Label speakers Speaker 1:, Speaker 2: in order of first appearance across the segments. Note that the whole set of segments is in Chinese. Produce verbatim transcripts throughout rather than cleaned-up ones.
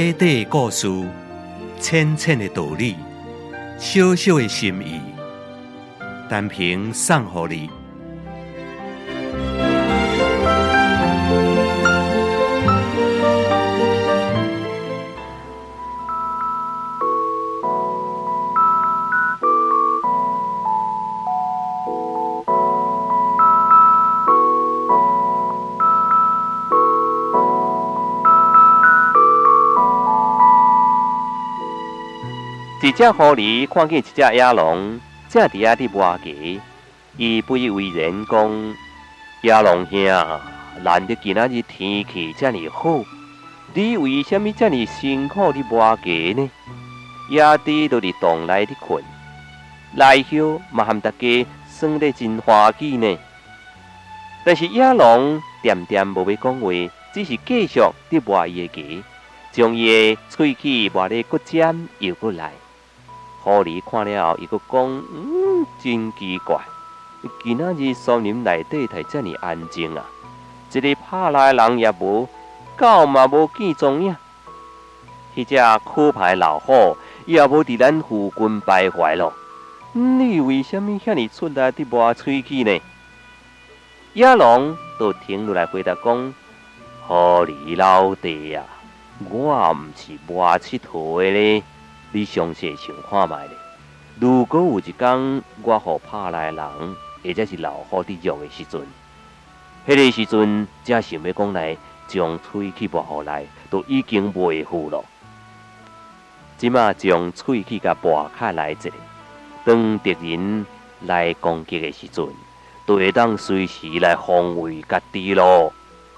Speaker 1: 短短的故事，浅浅的道理，小小的心意，单凭送予你。
Speaker 2: 一只狐狸看见一只野狼正伫遐伫挖鸡，伊不以为然讲：“野狼兄，难得今仔日天气遮尔好，你为什么遮尔辛苦伫挖鸡呢？野猪都伫洞内伫困，来后嘛和大家耍得真欢喜呢。”但是野狼恬恬无要讲话，只是继续伫挖伊的鸡，将伊的喙齿挖得搁尖又搁来。狐狸看了后，伊阁讲：“嗯，真奇怪，今仔日森林内底才遮尔安静啊！一个拍来的人也无，狗嘛无见踪影。迄只可怕的老虎也无伫咱附近徘徊咯。你为什么遐尼出力伫挖喙齿呢？”野狼就停落来回答讲：“狐狸老弟啊，我毋是挖佚佗的咧。你详细想看觅咧，如果有一天我互拍来的人，或者是老虎伫肉的时阵，迄、那个时阵才想要讲来将喙齿挖互来，都已经袂赴咯。即马将喙齿甲挖开来一下，当敌人来攻击的时阵，就会当随时来防卫家己咯。”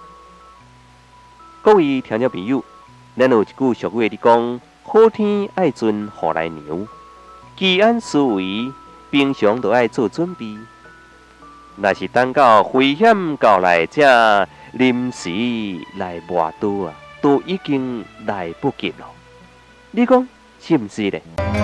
Speaker 2: 各位听众朋友，咱有一句俗话伫讲：“好天爱准雨来娘，居安思危，平常都爱做准备。若是等到危险到来，才临时来挖刀啊，都已经来不及了。你讲是毋是咧？”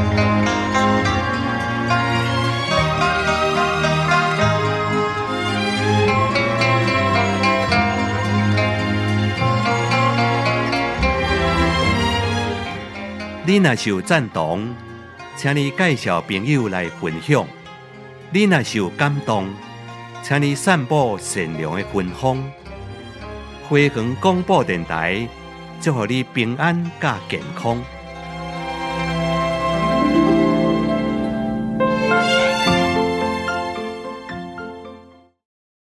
Speaker 1: 你若是有赞同，请你介绍朋友来分享；你若是有感动，请你散布善良的芬芳。花园广播电台，祝福你平安加健康。